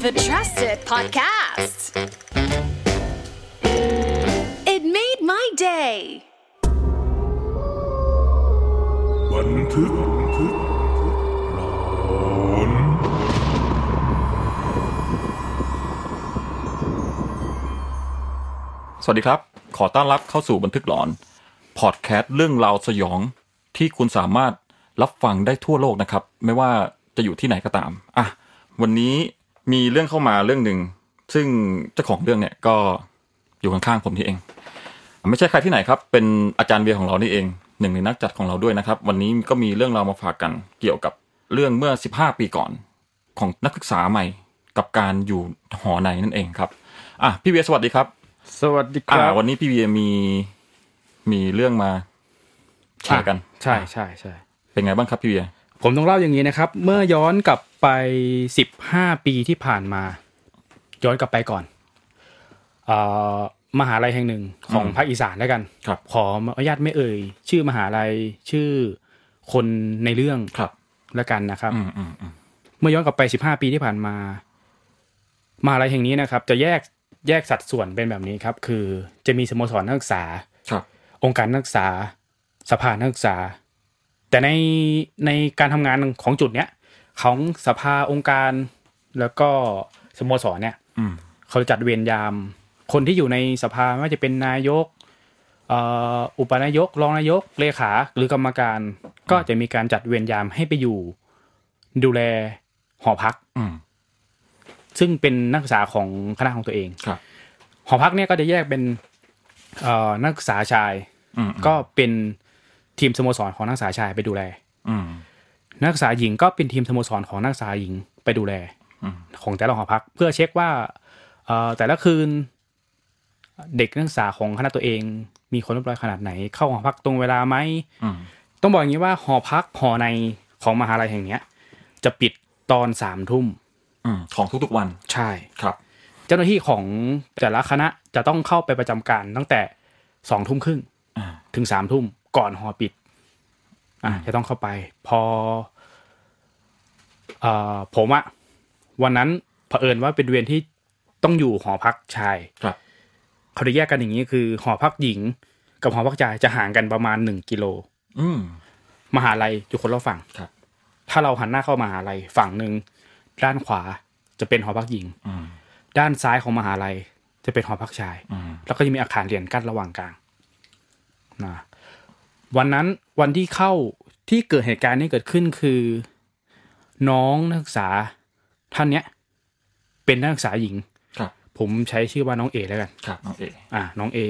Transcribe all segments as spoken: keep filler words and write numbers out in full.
the trusted podcast. It made my day. บันทึกหลอนสวัสดีครับขอต้อนรับเข้าสู่บันทึกหลอนพอดแคสต์เรื่องราวสยองที่คุณสามารถรับฟังได้ทั่วโลกนะครับไม่ว่าจะอยู่ที่ไหนก็ตามอ่ะวันนี้มีเรื่องเข้ามาเรื่องนึงซึ่งเจ้าของเรื่องเนี่ยก็อยู่ข้างๆผมนี่เองไม่ใช่ใครที่ไหนครับเป็นอาจารย์เบียร์ของเรานี่เองหนึ่งในนักจัดของเราด้วยนะครับวันนี้ก็มีเรื่องราวมาฝากกันเกี่ยวกับเรื่องเมื่อสิบห้าปีก่อนของนักศึกษาใหม่กับการอยู่หอในนั่นเองครับอ่ะพี่เบียร์สวัสดีครับสวัสดีครับวันนี้พี่เบียร์มีมีเรื่องมาแชร์กันใช่ใช่ใช่เป็นไงบ้างครับพี่เบียร์ผมต้องเล่าอย่างนี้นะครับเมื่อย้อนกลับไปสิบห้าปีที่ผ่านมาย้อนกลับไปก่อนเอ่อมหาลัยแห่งหนึ่งของภาคอีสานแล้วกันขออนุญาตไม่เอ่ยชื่อมหาลัยชื่อคนในเรื่องแล้วกันนะครับเมื่อย้อนกลับไปสิบห้าปีที่ผ่านมามหาลัยแห่งนี้นะครับจะแยกแยกสัดส่วนเป็นแบบนี้ครับคือจะมีสโมสรนักศึกษาองค์การนักศึกษาสภานักศึกษาแต่ในในการทำงานของจุดเนี้ยของสภาองค์การแล้วก็สโมสรเนี่ยเขาจัดเวรยามคนที่อยู่ในสภาไม่ว่าจะเป็นนายกเอ่ออุปนายกรองนายกเลขาหรือกรรมการก็จะมีการจัดเวรยามให้ไปอยู่ดูแลหอพักซึ่งเป็นนักศึกษาของคณะของตัวเองหอพักเนี่ยก็จะแยกเป็นเอ่อนักศึกษาชายก็เป็นทีมสโมสรของนักศึกษาชายไปดูแลนักศึกษาหญิงก็เป็นทีมสโมสรของนักศึกษาหญิงไปดูแลของแต่ละหอพักเพื่อเช็คว่าเอ่อแต่ละคืนเด็กนักศึกษาของคณะตัวเองมีคนเรียบร้อยขนาดไหนเข้าหอพักตรงเวลาไหมต้องบอกอย่างนี้ว่าหอพักหอในของมหาลัยแห่งนี้จะปิดตอนสามทุ่มของทุกๆวันใช่ครับเจ้าหน้าที่ของแต่ละคณะจะต้องเข้าไปประจำการตั้งแต่สองทุ่มครึ่งถึงสามทุ่มก่อนหอปิดอ่ะจะต้องเข้าไปพอเอ่อผมอะวันนั้นเผอิญว่าเป็นเวรที่ต้องอยู่หอพักชายครับเขาจะแยกกันอย่างนี้คือหอพักหญิงกับหอพักชายจะห่างกันประมาณหนึ่งกิโลอืมมหาลัยอยู่คนละฝั่งครับถ้าเราหันหน้าเข้ามหาลัยฝั่งนึงด้านขวาจะเป็นหอพักหญิงด้านซ้ายของมหาลัยจะเป็นหอพักชายแล้วก็จะมีอาคารเรียนกั้นระหว่างกลางนะวันนั้นวันที่เข้าที่เกิดเหตุการณ์นี้เกิดขึ้นคือน้องนักศึกษาท่านเนี้ยเป็นนักศึกษาหญิงครับผมใช้ชื่อว่าน้องเอแล้วกันครับน้องเออ่ะน้องเอ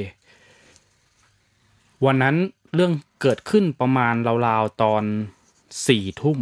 วันนั้นเรื่องเกิดขึ้นประมาณราวๆตอนสี่ทุ่ม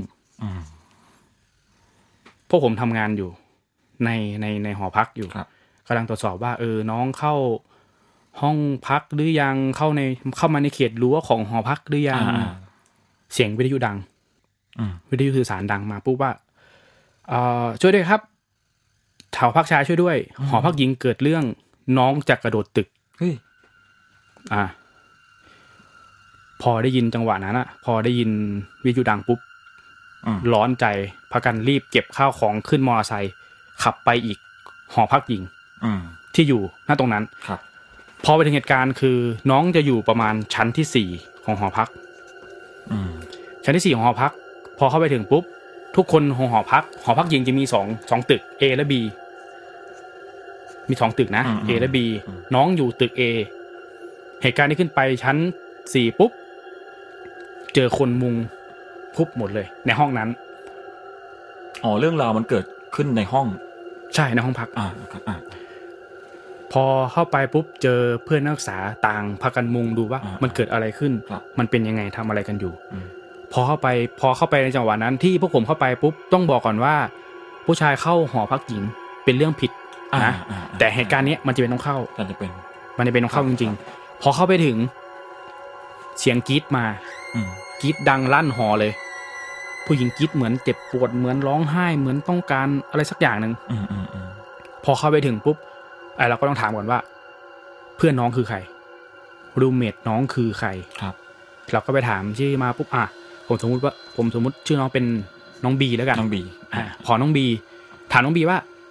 พวกผมทำงานอยู่ในในในหอพักอยู่กำลังตรวจสอบว่าเออน้องเข้าห้องพักหรือยังเข้าในเข้ามาในเขตรั้วของหอพักหรือยังเสียงวิทยุดังวิทยุสื่อสารดังมาปุ๊บว่าเอ่อช่วยด้วยครับหอพักชายช่วยด้วยหอพักหญิงเกิดเรื่องน้องจะกระโดดตึกเฮ้ยอ่าพอได้ยินจังหวะนั้นอะพอได้ยินวิทยุดังปุ๊บร้อนใจพากันรีบเก็บข้าวของขึ้นมอเตอร์ไซค์ขับไปอีกหอพักหญิงที่อยู่หน้าตรงนั้นพอไปถึงเหตุการณ์คือน้องจะอยู่ประมาณชั้นที่สี่ของหอพักชั้นที่สี่ของหอพักพอเข้าไปถึงปุ๊บทุกคนของหอพักหอพักหญิงจะมีสองสองตึก A และ B มีสองตึกนะ A และ B น้องอยู่ตึก A เหตุการณ์ที่ขึ้นไปชั้นสี่ปุ๊บเจอคนมุงพุบหมดเลยในห้องนั้นอ๋อเรื่องราวมันเกิดขึ้นในห้องใช่ในห้องพักอ่าครับอ่าพอเข้าไปปุ๊บเจอเพื่อนนักศึกษาต่างพากันมุงดูว่ามันเกิดอะไรขึ้นมันเป็นยังไงทำอะไรกันอยู่พอเข้าไปพอเข้าไปในจังหวะนั้นที่พวกผมเข้าไปปุ๊บต้องบอกก่อนว่าผู้ชายเข้าหอพักหญิงเป็นเรื่องผิดนะแต่เหตุการณ์นี้มันจะเป็นต้องเข้ามันจะเป็นมันจะเป็นต้องเข้าจริงๆพอเข้าไปถึงเสียงกรี๊ดมากรี๊ดดังลั่นหอเลยผู้หญิงกรี๊ดเหมือนเจ็บปวดเหมือนร้องไห้เหมือนต้องการอะไรสักอย่างนึงพอเข้าไปถึงปุ๊บไอ้เราก็ต้องถามก่อนว่าเพื่อนน้องคือใครรูมเมทน้องคือใครครับเราก็ไปถามชื่อมาปุ๊บอ่ะผมสมมุติว่าผมสมมุติชื่อน้องเป็นน้องบีแล้วกันน้องบีอ่าพอน้องบีถามน้องบีว่า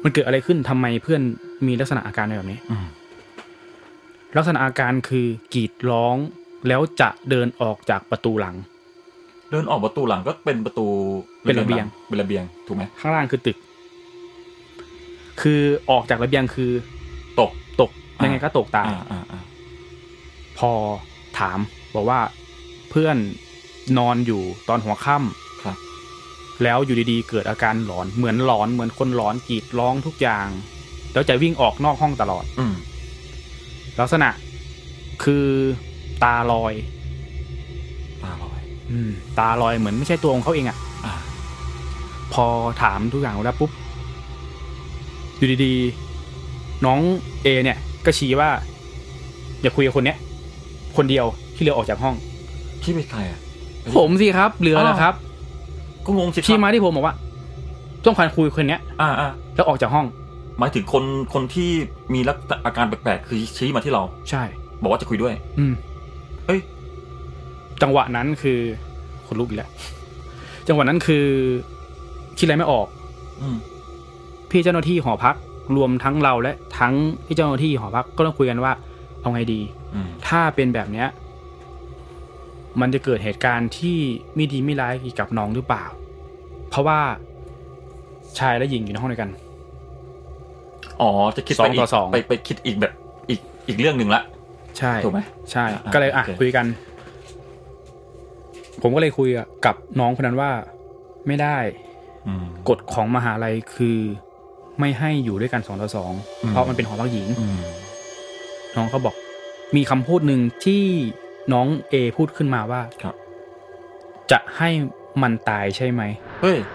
มันเกิดอะไรขึ้นทำไมเพื่อนมีลักษณะอาการแบบนี้ลักษณะอาการคือกรีดร้องแล้วจะเดินออกจากประตูหลังเดินออกประตูหลังก็เป็นประตูเป็นระเบียงเป็นระเบียงถูกไหมข้างล่างคือตึกคือออกจากระเบียงคือตกตกยังไงก็ตกตายพอถามบอกว่าเพื่อนนอนอยู่ตอนหัวค่ำครับแล้วอยู่ดีๆเกิดอาการหลอนเหมือนหลอนเหมือนคนหลอนกรีดร้องทุกอย่างแล้วจะวิ่งออกนอกห้องตลอดอืมลักษณะคือตาลอยตาลอยอืมตาลอยเหมือนไม่ใช่ตัวของเขาเองอ่ะพอถามทุกอย่างแล้วปุ๊บอยู่ดีๆน้องเอเนี่ยก็ชี้ว่าอย่าคุยกับคนเนี้ยคนเดียวที่เหลือออกจากห้องพี่เป็นใครอ่ะผมสิครับเหลือแล้วครับก็งงสิชี้มาที่ผมบอกว่าต้องการคุยคนเนี้ยอ่าๆแล้วออกจากห้องหมายถึงคนคนที่มีลักษณะอาการแปลกๆคือชี้มาที่เราใช่บอกว่าจะคุยด้วยอืมเอ้ยจังหวะนั้นคือคนลุกอีกแล้วจังหวะนั้นคือคิดอะไรไม่ออกอืมพี่เจ้าหน้าที่หอพักรวมทั้งเราและทั้งพี่เจ้าหน้าที่หอพักก็ต้องคุยกันว่าเอาไงดีถ้าเป็นแบบเนี้ยมันจะเกิดเหตุการณ์ที่ไม่ดีไม่ร้ายกับน้องหรือเปล่าเพราะว่าชายและหญิงอยู่ในห้องเดียวกันอ๋อจะคิดไปอีกไปไปคิดอีกแบบอีกอีกเรื่องหนึ่งละใช่ถูกไหมใช่ก็เลยอ่ะคุยกันผมก็เลยคุยกับน้องคนนั้นว่าไม่ได้กฎของมหาลัยคือไม่ให้อยู่ด้วยกันสองต่อสองเพราะมันเป็นหอพักหญิงน้องเขาบอกมีคำพูดหนึ่งที่น้องเอพูดขึ้นมาว่าจะให้มันตายใช่ไหมเฮ้ย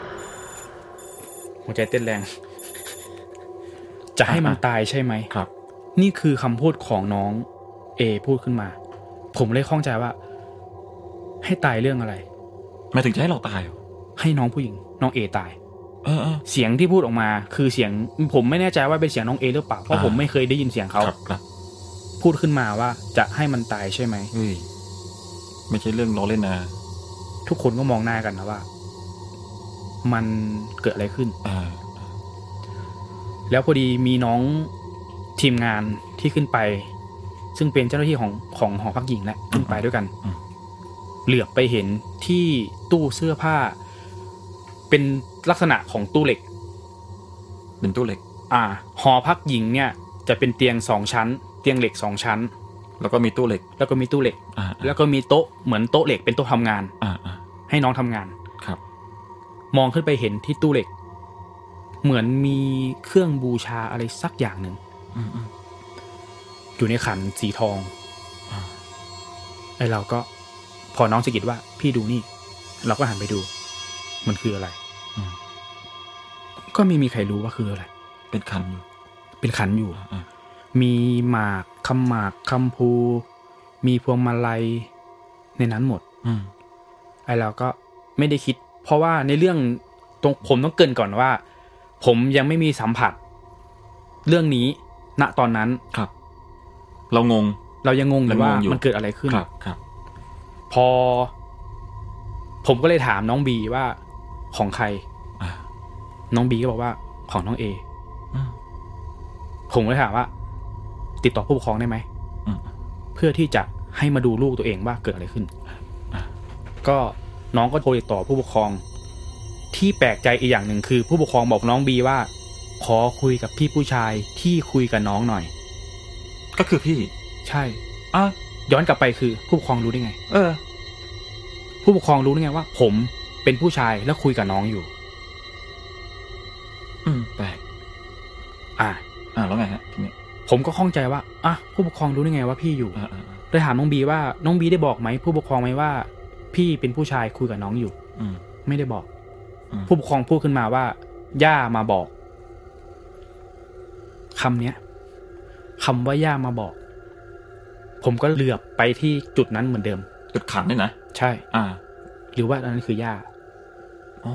หัวใจเต้นแรงจะให้มันตายใช่ไหมครับนี่คือคำพูดของน้องเอพูดขึ้นมาผมเลยข้องใจว่าให้ตายเรื่องอะไรหมายถึงจะให้เราตายเหรอให้น้องผู้หญิงน้องเอตายเออเสียงที่พูดออกมาคือเสียงผมไม่แน่ใจว่าเป็นเสียงน้องเอหรือเปล่าเพราะผมไม่เคยได้ยินเสียงเขาพูดขึ้นมาว่าจะให้มันตายใช่ไหมเฮ้ยไม่ใช่เรื่องล้อเล่นนะทุกคนก็มองหน้ากันนะว่ามันเกิดอะไรขึ้นแล้วพอดีมีน้องทีมงานที่ขึ้นไปซึ่งเป็นเจ้าหน้าที่ของของหอพักหญิงแหละขึ้นไปด้วยกันเหลือบไปเห็นที่ตู้เสื้อผ้าเป็นลักษณะของตู้เหล็กเป็นตู้เหล็กอ่าหอพักหญิงเนี่ยจะเป็นเตียงสองชั้นเตียงเหล็กสองชั้นแล้วก็มีตู้เหล็กแล้วก็มีตู้เหล็กแล้วก็มีโต๊ะเหมือนโต๊ะเหล็กเป็นโต๊ะทำงานให้น้องทำงานครับมองขึ้นไปเห็นที่ตู้เหล็กเหมือนมีเครื่องบูชาอะไรสักอย่างหนึ่งอยู่ในขันสีทองไอ้เราก็พอน้องสะกิดว่าพี่ดูนี่เราก็หันไปดูมันคืออะไรก็ไม่มีใครรู้ว่าคืออะไรเป็นขันอยู่เป็นขันอยู่มีหมากคำหมากคำพูมีพวงมาลัยในนั้นหมดไอ้เราก็ไม่ได้คิดเพราะว่าในเรื่องตรงผมต้องเกริ่นก่อนว่าผมยังไม่มีสัมผัสเรื่องนี้ณตอนนั้นครับเรางงเรายังงงอยู่ว่ามันเกิดอะไรขึ้นครับครับพอผมก็เลยถามน้องบีว่าของใครน้องบีก็บอกว่าของน้องเอผมก็เลยถามว่าติดต่อผู้ปกครองได้ไหมเพื่อที่จะให้มาดูลูกตัวเองว่าเกิดอะไรขึ้นก็น้องก็โทรติดต่อผู้ปกครองที่แปลกใจอีกอย่างหนึ่งคือผู้ปกครองบอกน้องบีว่าขอคุยกับพี่ผู้ชายที่คุยกับน้องหน่อยก็คือพี่ใช่อ่ะย้อนกลับไปคือผู้ปกครองรู้ได้ไงเออผู้ปกครองรู้ได้ไงว่าผมเป็นผู้ชายแล้วคุยกับน้องอยู่อืมแปลกอ่ะอ่าแล้วไงฮะทีนี้ผมก็ข้องใจว่าอ่ะผู้ปกครองรู้ได้ไงว่าพี่อยู่เลยถามน้องบีว่าน้องบีได้บอกไหมผู้ปกครองไหมว่าพี่เป็นผู้ชายคุยกับน้องอยู่อืมไม่ได้บอกผู้ปกครองพูดขึ้นมาว่าย่ามาบอกคำเนี้ยคำว่าย่ามาบอกผมก็เหลือบไปที่จุดนั้นเหมือนเดิมจุดขันนี่นะใช่อ่าหรือว่าอันนั้นคือย่าอ๋อ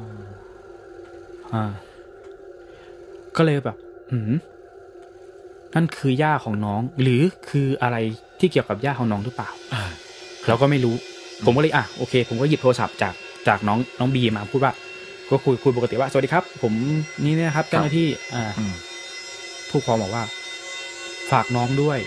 อ่าก็เลยแบบอืมนั่นคือย่าของน้องหรือคืออะไรที่เกี่ยวกับย่าของน้องหรือเปล่าอ่าเราก็ไม่รู้ผมก็เลยอ่ะโอเคผมก็หยิบโทรศัพท์จากจากน้องน้องบีมาพูดว่าก็คุยคุยปกติว่าสวัสดีครับผมนี่นะครับเจ้าหน้าที่อ่าผู้ปกครองบอกว่าฝากน้องด้วย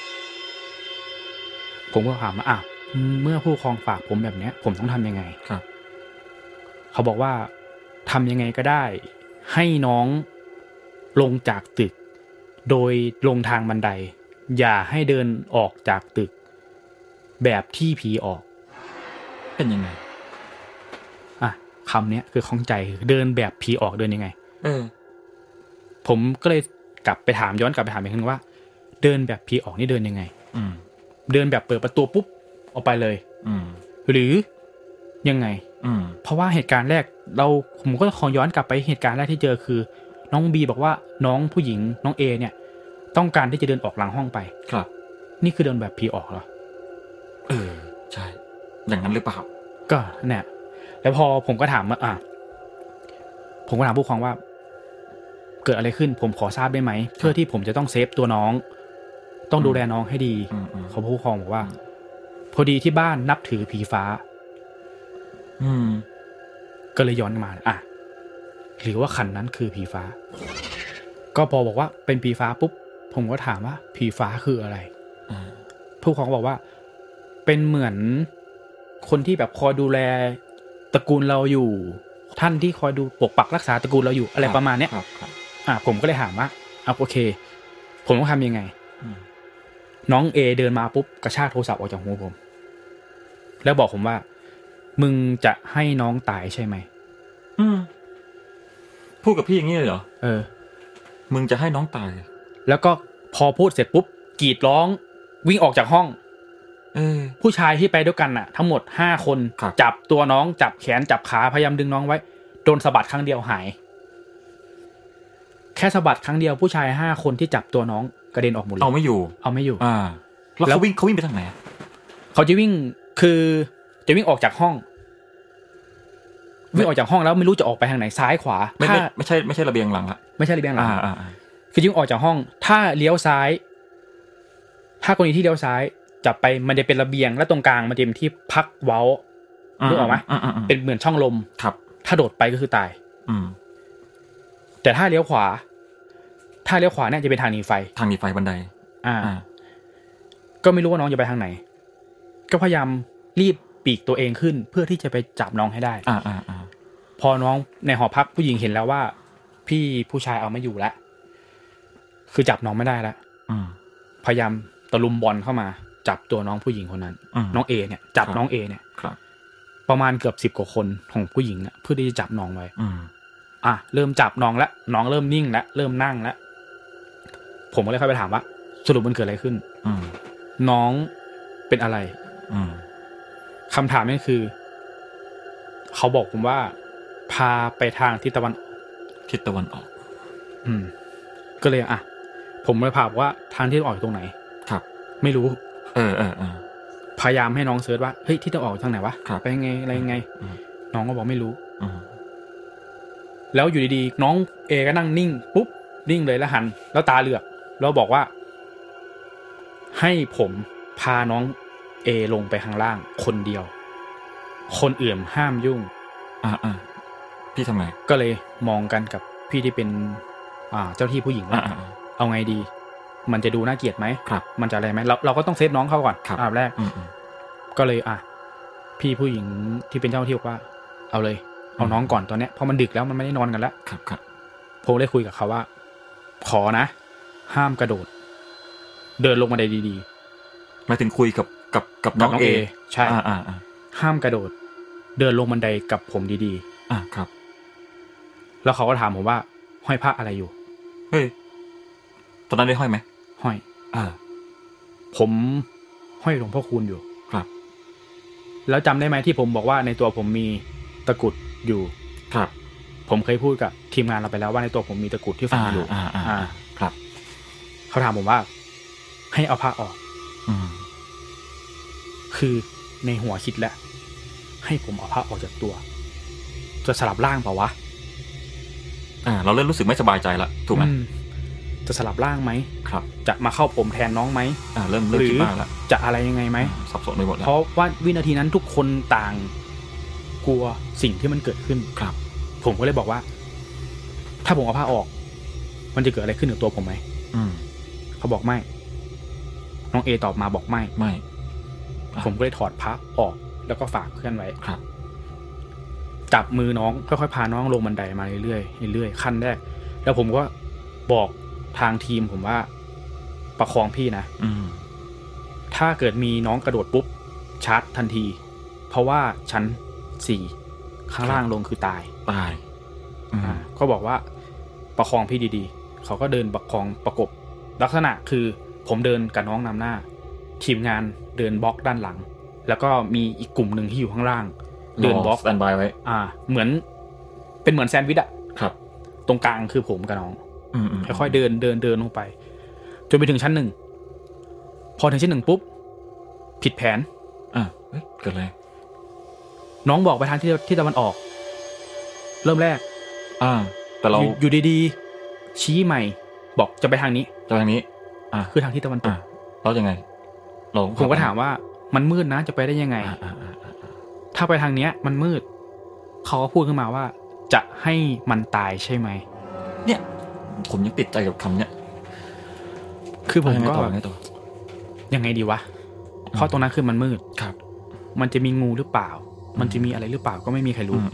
ผมก็ถามว่าอ้าวเมื่อผู้ปกครองฝากผมแบบเนี้ยผมต้องทำยังไงครับเขาบอกว่าทำยังไงก็ได้ให้น้องลงจากตึกโดยลงทางบันไดอย่าให้เดินออกจากตึกแบบที่ผีออกเป็นยังไงอ่ะคำนี้คือข้องใจเดินแบบผีออกเดินยังไงเออผมก็เลยกลับไปถามย้อนกลับไปถามอีกครั้งว่าเดินแบบผีออกนี่เดินยังไงอืมเดินแบบเปิดประตูปุ๊บออกไปเลยอืมหรือยังไงอืมเพราะว่าเหตุการณ์แรกเราผมก็ขอย้อนกลับไปเหตุการณ์แรกที่เจอคือน้องบีบอกว่าน้องผู้หญิงน้องเอเนี่ยต้องการที่จะเดินออกหลังห้องไปครับนี่คือเดินแบบผีออกเหรอเออใช่อย่างนั้นหรือเปล่าก็เนี่ยแล้วพอผมก็ถามว่าอ่ะผมก็ถามผู้ปกครองว่าเกิดอะไรขึ้นผมขอทราบได้ไหมเพื่อที่ผมจะต้องเซฟตัวน้องต้องดูแลน้องให้ดีเขาผู้ปกครองบอกว่าพอดีที่บ้านนับถือผีฟ้าอืมก็เลยย้อนมาอ่ะหรือว่าคันนั้นคือผีฟ้าก็พอบอกว่าเป็นผีฟ้าปุ๊บผมก็ถามว่าผีฟ้าคืออะไรผู้ปกครองบอกว่าเป็นเหมือนคนที่แบบคอยดูแลตระกูลเราอยู่ท่านที่คอยดูปกปักรักษาตระกูลเราอยู่อะไรประมาณเนี้ยอ่ะผมก็เลยถามว่าเอาโอเคผมต้องทำยังไงน้องเอเดินมาปุ๊บกระชากโทรศัพท์ออกจากหูผมแล้วบอกผมว่ามึงจะให้น้องตายใช่ไหมอืมพูดกับพี่อย่างนี้เลยเหรอเออมึงจะให้น้องตายแล้วก็พอพูดเสร็จปุ๊บกรีดร้องวิ่งออกจากห้องเออผู้ชายที่ไปด้วยกันน่ะทั้งหมดห้าคนจับตัวน้องจับแขนจับขาพยายามดึงน้องไว้โดนสะบัดครั้งเดียวหายแค่สะบัดครั้งเดียวผู้ชายห้าคนที่จับตัวน้องกระเด็นออกหมดเลยเอาไม่อยู่เอาไม่อยู่อ่าแล้วเขาวิ่งเขาวิ่งไปทางไหนเขาจะวิ่งคือจะวิ่งออกจากห้องวิ่งออกจากห้องแล้วไม่รู้จะออกไปทางไหนซ้ายขวาไม่ไม่ไม่ใช่ไม่ใช่ระเบียงหลังละไม่ใช่ระเบียงหลังอ่าอ่าคือวิ่งออกจากห้องถ้าเลี้ยวซ้ายถ้ากรณีที่เลี้ยวซ้ายจับไปมันจะเป็นระเบียงและตรงกลางมันจะเป็นที่พักเว้านึกออกไหมเป็นเหมือนช่องลมครับถ้าโดดไปก็คือตายอืมแต่ถ้าเลี้ยวขวาถ้าเลี้ยวขวาเนี่ยจะเป็นทางหนีไฟทางหนีไฟบันไดอ่าก็ไม่รู้ว่าน้องจะไปทางไหนก็พยายามรีบปีกตัวเองขึ้นเพื่อที่จะไปจับน้องให้ได้อ่าอ่าอ่าพอน้องในหอพักผู้หญิงเห็นแล้วว่าพี่ผู้ชายเอาไม่อยู่แล้วคือจับน้องไม่ได้แล้วพยายามตะลุมบอลเข้ามาจับตัวน้องผู้หญิงคนนั้นน้องเอเนี่ยจับน้องเอเนี่ยประมาณเกือบสิบกว่าคนของผู้หญิงอ่ะเพื่อที่จะจับน้องไว้อ่ะเริ่มจับน้องแล้วน้องเริ่มนิ่งแล้วเริ่มนั่งแล้วผมก็เลยเข้าไปถามว่าสรุปมันเกิดอะไรขึ้นน้องเป็นอะไรคำถามนี่คือเขาบอกผมว่าพาไปทางทิศตะวันทิศตะวันออกอืมก็เลยอ่ะผมเลยพาบอกว่าทางทิศตะวันออกตรงไหนครับไม่รู้เออเออเออพยายามให้น้องเสิร์ชว่าเฮ้ยทิศตะวันออกทางไหนวะไปยังไงอะไรยังไงน้องก็บอกไม่รู้แล้วอยู่ดีๆน้องเอก็นั่งนิ่งปุ๊บนิ่งเลยแล้วหันแล้วตาเหลือกแล้วบอกว่าให้ผมพาน้องเอลงไปข้างล่างคนเดียวคนอื่นห้ามยุ่งอ่าอ่าพี่ทำไงก็เลยมองกันกับพี่ที่เป็นอ่าเจ้าที่ผู้หญิงว่าเอาไงดีมันจะดูน่าเกลียดไหมครับมันจะอะไรไหมเราเราก็ต้องเซฟน้องเขาก่อนอันดับแรกก็เลยอ่ะพี่ผู้หญิงที่เป็นเจ้าที่บอกว่าเอาเลยเอาน้องก่อนตอนเนี้ยเพราะมันดึกแล้วมันไม่ได้นอนกันแล้วครับครับผมเลยคุยกับเขาว่าขอนะห้ามกระโดดเดินลงมาได้ดีๆหมายถึงคุยกับกับกับน้องเอใช่อ่าอ่าห้ามกระโดดเดินลงบันไดกับผมดีๆอ่าครับแล้วเขาก็ถามผมว่าห้อยพระอะไรอยู่เฮ้ยตอนนั้นได้ห้อยไหมห้อยอ่าผมห้อยหลวงพ่อคูณอยู่ครับแล้วจำได้ไหมที่ผมบอกว่าในตัวผมมีตะกุดอยู่ครับผมเคยพูดกับทีมงานเราไปแล้วว่าในตัวผมมีตะกุดที่ฝังอยู่อ่าอ่าอ่าครับเขาถามผมว่าให้เอาผ้าออกอืมคือในหัวคิดแล้วให้ผมเอาผ้าออกจากตัวจะสลับร่างเปล่าวะอ่าเราเริ่มรู้สึกไม่สบายใจละถูกไหมจะสลับร่างไหมครับจะมาเข้าผมแทนน้องไหมอ่าเริ่มเริ่มคิดมากแล้วจะอะไรยังไงไหมสับสนไปหมดแล้วเพราะว่าวินาทีนั้นทุกคนต่างกลัวสิ่งที่มันเกิดขึ้นครับผมก็เลยบอกว่าถ้าผมเอาผ้าออกมันจะเกิดอะไรขึ้นกับตัวผมไหมเขาบอกไม่น้องเอตอบมาบอกไม่ไม่ผมก็เลยถอดผ้าออกแล้วก็ฝากเพื่อนไว้จับมือน้องค่อยๆพาน้องลงบันไดมาเรื่อยๆเรื่อยๆขั้นแรกแล้วผมก็บอกทางทีมผมว่าประคองพี่นะถ้าเกิดมีน้องกระโดดปุ๊บชาร์จทันทีเพราะว่าชั้นสี่ข้างล่างลงคือตายตายอ่าก็บอกว่าประคองพี่ดีๆเขาก็เดินประคองประกบลักษณะคือผมเดินกับน้องนำหน้าทีมงานเดินบล็อกด้านหลังแล้วก็มีอีกกลุ่มหนึ่งที่อยู่ข้างล่างเดินบล็อกสแตนบายไว้อ่าเหมือนเป็นเหมือนแซนด์วิชอ่ะครับตรงกลางคือผมกับน้องค่อยๆเดินเดินเดินลงไปจนไปถึงชั้นหนึ่งพอถึงชั้นหนึ่งปุ๊บผิดแผนอ่ะเฮ้ยเกิดอะไรน้องบอกไปทางที่ที่ตะวันออกเริ่มแรกอ่าแต่เราอยู่ดีๆชี้ใหม่บอกจะไปทางนี้จะไปทางนี้อ่าคือทางที่ตะวันตกแล้วยังไงเราผมก็ถามว่ามันมืดนะจะไปได้ยังไงถ้าไปทางเนี้ยมันมืดเขาก็พูดขึ้นมาว่าจะให้มันตายใช่ไหมเนี่ยผมยังติดใจกับคำเนี้ยคือผมก็ยังไงดีวะเพราะตรงนั้นคือมันมืดครับมันจะมีงูหรือเปล่ามันจะมีอะไรหรือเปล่าก็ไม่มีใครรู้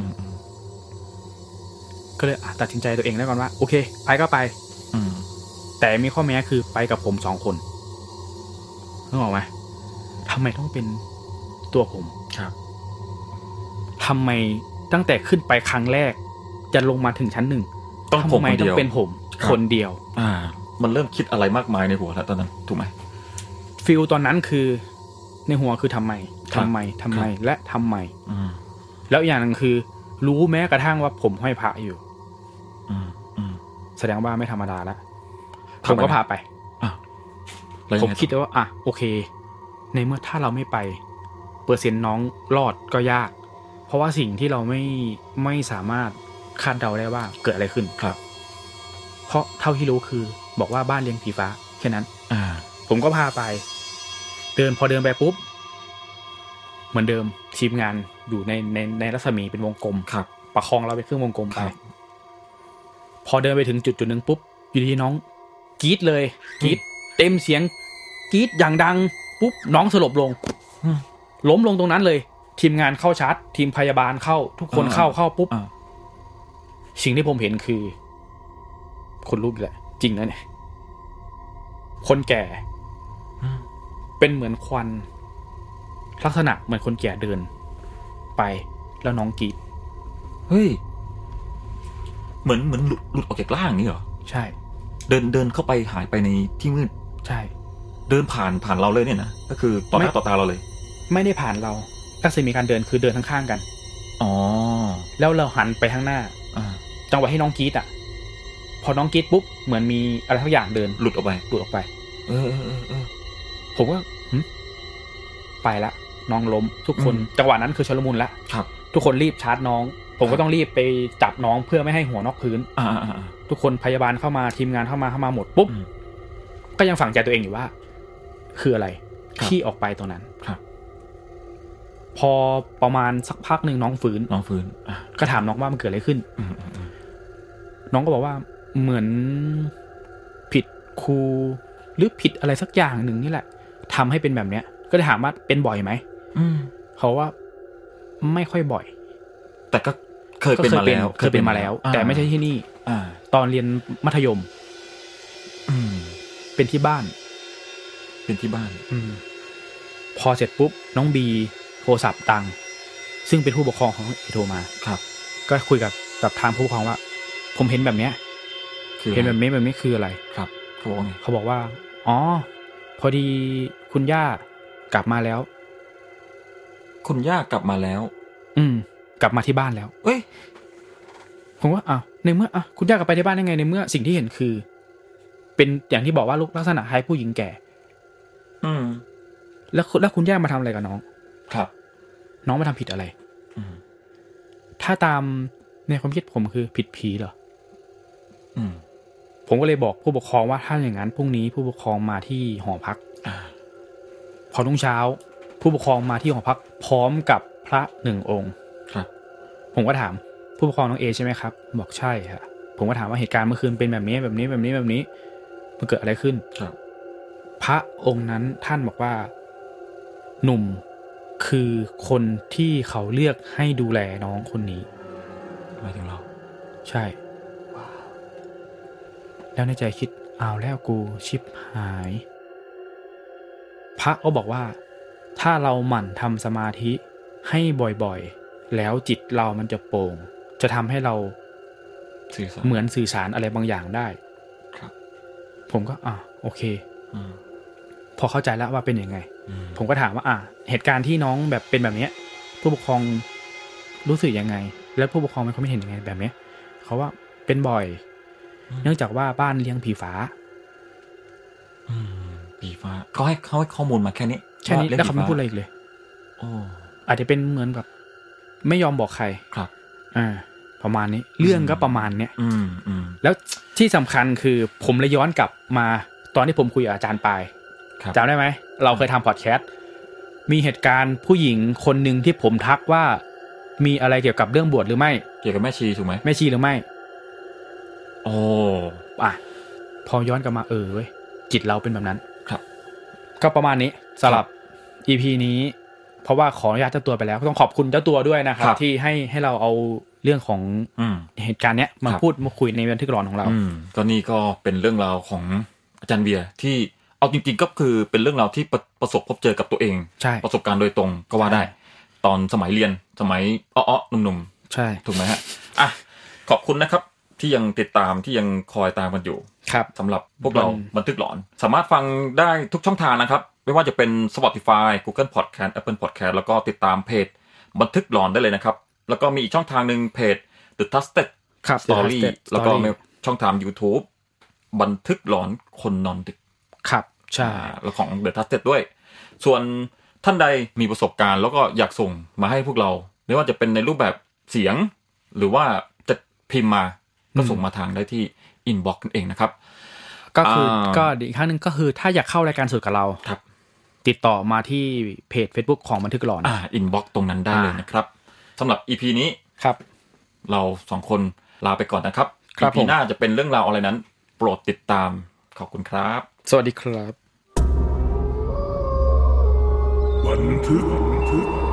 ก็เลยตัดสินใจตัวเองแล้วก่อนว่าโอเคไปก็ไปแต่มีข้อแม้คือไปกับผมสองคนนึกออกไหมทำไมต้องเป็นตัวผมครับทำไมตั้งแต่ขึ้นไปครั้งแรกจะลงมาถึงชั้นหนึ่งต้องผมคนเดียวต้องเป็นผมคนเดียวอ่ามันเริ่มคิดอะไรมากมายในหัวแล้วตอนนั้นถูกไหมฟีลตอนนั้นคือในหัวคือทำไมทำไมทำไมและทำไมแล้วอย่างนึงคือรู้แม้กระทั่งว่าผมห้อยพระอยู่แสดงว่าไม่ธรรมดาแล้วผมก็พาไปผมคิดว่าอ่ะโอเคในเมื่อถ้าเราไม่ไปเปอร์เซ็นต์น้องรอดก็ยากเพราะว่าสิ่งที่เราไม่ไม่สามารถคาดเดาได้ว่าเกิดอะไรขึ้นครับเพราะเท่าที่รู้คือบอกว่าบ้านเลี้ยงผีฟ้าแค่นั้นอ่าผมก็พาไปเดินพอเดินไปปุ๊บเหมือนเดิมทีมงานอยู่ในในในรัศมีเป็นวงกลมครับประคองเราไปครึ่งวงกลมไปพอเดินไปถึงจุดจุดนึงปุ๊บอยู่ดีน้องกรี๊ดเลยกรี๊ดเต็มเสียงกรี๊ดอย่างดังปุ๊บน้องสลบลงล้มลงตรงนั้นเลยทีมงานเข้าชาร์จทีมพยาบาลเข้าทุกคนเข้าเข้าปุ๊บสิ่งที่ผมเห็นคือคนรูปแหละจริงนะเนี่ยคนแก่เป็นเหมือนควันลักษณะเหมือนคนแก่เดินไปแล้วน้องกรี๊ดเฮ้ยเหมือนเหมือนหลุดหลุดออกจากร่างนี่เหรอใช่เดินเดินเข้าไปหายไปในที่มืดใช่เดินผ่านผ่านเราเลยเนี่ยนะก็คือต่อหน้าต่อตาเราเลยไม่ได้ผ่านเราลักษณะมีการเดินคือเดินข้างๆกันอ๋อแล้วเราหันไปข้างหน้าจังหวะให้น้องกรี๊ดอ่ะพอน้องกรี๊ดปุ๊บเหมือนมีอะไรทุกอย่างเดินหลุดออกไปหลุดออกไปเออเออเออผมก็ไปละน้องล้มทุกคนจังหวะนั้นคือชุลมุนละครับทุกคนรีบชาร์จน้องผมก็ต้องรีบไปจับน้องเพื่อไม่ให้หัวนอกพื้นอ่าๆทุกคนพยาบาลเข้ามาทีมงานเข้ามาเข้ามาหมดปุ๊บก็ยังฝังใจตัวเองอยู่ว่าคืออะไรที่ออกไปตรงนั้นครับพอประมาณสักพักนึงน้องฟื้นน้องฟื้นก็ถามน้องว่ามันเกิดอะไรขึ้นน้องก็บอกว่าเหมือนผิดครูหรือผิดอะไรสักอย่างหนึ่งนี่แหละทำให้เป็นแบบเนี้ยก็เลยถามว่าเป็นบ่อยไหมเขาว่าไม่ค่อยบ่อยแต่ก็เคยเป็นมาแล้วเคยเป็นมาแล้วแต่ไม่ใช่ที่นี่ตอนเรียนมัธยมเป็นที่บ้านเป็นที่บ้านพอเสร็จปุ๊บน้องบีโทรศัพท์ดังซึ่งเป็นผู้ปกครองของโทรมาครับก็คุยกับกับทางผู้ปกครองว่าผมเห็นแบบเนี้ยเห็นแบบนี้แบบนี้คืออะไรครับเขาบอกไงเขาบอกว่าอ๋อพอดีคุณย่ากลับมาแล้วคุณย่ากลับมาแล้วอืมกลับมาที่บ้านแล้วเอ้ยผมว่าอ้าวในเมื่ออ่ะคุณย่ากลับไปที่บ้านได้ไงในเมื่อสิ่งที่เห็นคือเป็นอย่างที่บอกว่าลูกลักษณะคล้ายผู้หญิงแก่อืมแล้วแล้วคุณย่ามาทำอะไรกับน้องครับน้องมาทำผิดอะไรอืมถ้าตามในความคิดผมคือผิดผีเหรออืมผมก็เลยบอกผู้ปกครองว่าถ้าอย่างนั้นพรุ่งนี้ผู้ปกครองมาที่หอพักพอรุ่งเช้าผู้ปกครองมาที่หอพักพร้อมกับพระหนึ่งองค์ครับผมก็ถามผผู้ปกครองน้องเอใช่ไหมครับบอกใช่ฮะผมก็ถามว่าเหตุการณ์เมื่อคืนเป็นแบบนี้แบบนี้แบบนี้แบบนี้มันเกิดอะไรขึ้นครับพระองค์นั้นท่านบอกว่าหนุ่มคือคนที่เขาเลือกให้ดูแลน้องคนนี้หมายถึงเราใช่แล้วในใจคิดเอาแล้วกูชิบหายพระก็บอกว่าถ้าเราหมั่นทำสมาธิให้บ่อยๆแล้วจิตเรามันจะโปร่งจะทำให้เราเหมือนสื่อสารอะไรบางอย่างได้ครับผมก็อ่ะโอเคพอเข้าใจแล้วว่าเป็นยังไงผมก็ถามว่าอ่ะเหตุการณ์ที่น้องแบบเป็นแบบนี้ผู้ปกครองรู้สึกยังไงแล้วผู้ปกครองมันเขาไม่เห็นยังไงแบบนี้เขาว่าเป็นบ่อยเนื่องจากว่าบ้านเลี้ยงผีฟ้าผีฟ้าเขาให้เขาให้ข้อมูลมาแค่นี้แค่นี้แล้วเขาไม่พูดอะไรอีกเลยโอ้อาจจะเป็นเหมือนแบบไม่ยอมบอกใครครับอ่าประมาณนี้เรื่องก็ประมาณเนี้ยอืมอืมแล้วที่สำคัญคือผมเลยย้อนกลับมาตอนที่ผมคุยกับอาจารย์ปายจำได้ไหมเราเคยทำพอดแคสต์มีเหตุการณ์ผู้หญิงคนหนึ่งที่ผมทักว่ามีอะไรเกี่ยวกับเรื่องบวชหรือไม่เกี่ยวกับแม่ชีถูกไหมแม่ชีหรือไม่โอ้อ่ะพอย้อนกลับมาเออเว้ยจิตเราเป็นแบบนั้นครับก็ประมาณนี้สำหรับ อี พี นี้เพราะว่าขออนุญาตเจ้าตัวไปแล้วก็ต้องขอบคุณเจ้าตัวด้วยนะครับที่ให้ให้เราเอาเรื่องของเหตุการณ์เนี้ยมาพูดมาคุยในบันทึกหลอนของเราก็นี่ก็เป็นเรื่องราวของอาจารย์เบียร์ที่เอาจริงๆก็คือเป็นเรื่องราวที่ประสบพบเจอกับตัวเองประสบการณ์โดยตรงก็ว่าได้ตอนสมัยเรียนสมัยอ้อๆหนุ่มๆใช่ถูกไหมฮะอ่ะขอบคุณนะครับที่ยังติดตามที่ยังคอยตามกันอยู่ครับสำหรับพวกเราบันทึกหลอนสามารถฟังได้ทุกช่องทางนะครับไม่ว่าจะเป็น Spotify Google Podcast Apple Podcast แล้วก็ติดตามเพจบันทึกหลอนได้เลยนะครับแล้วก็มีอีกช่องทางนึงเพจ The Trusted Story แล้วก็มีช่องทาง YouTube บันทึกหลอนคนนอนดึกครับใช่แล้วของ The Trusted ด้วยส่วนท่านใดมีประสบการณ์แล้วก็อยากส่งมาให้พวกเราไม่ว่าจะเป็นในรูปแบบเสียงหรือว่าจะพิมพ์มาก็ส่งมาทางได้ที่ inbox กันเองนะครับก็คือก็อีกครั้งนึงก็คือถ้าอยากเข้ารายการสดกับเราครับติดต่อมาที่เพจ Facebook ของบันทึกหลอนอ่า inbox ตรงนั้นได้เลยนะครับสำหรับ อี พี นี้ครับเราสองคนลาไปก่อนนะครับ อี พี หน้าจะเป็นเรื่องราวอะไรนั้นโปรดติดตามขอบคุณครับสวัสดีครับบันทึก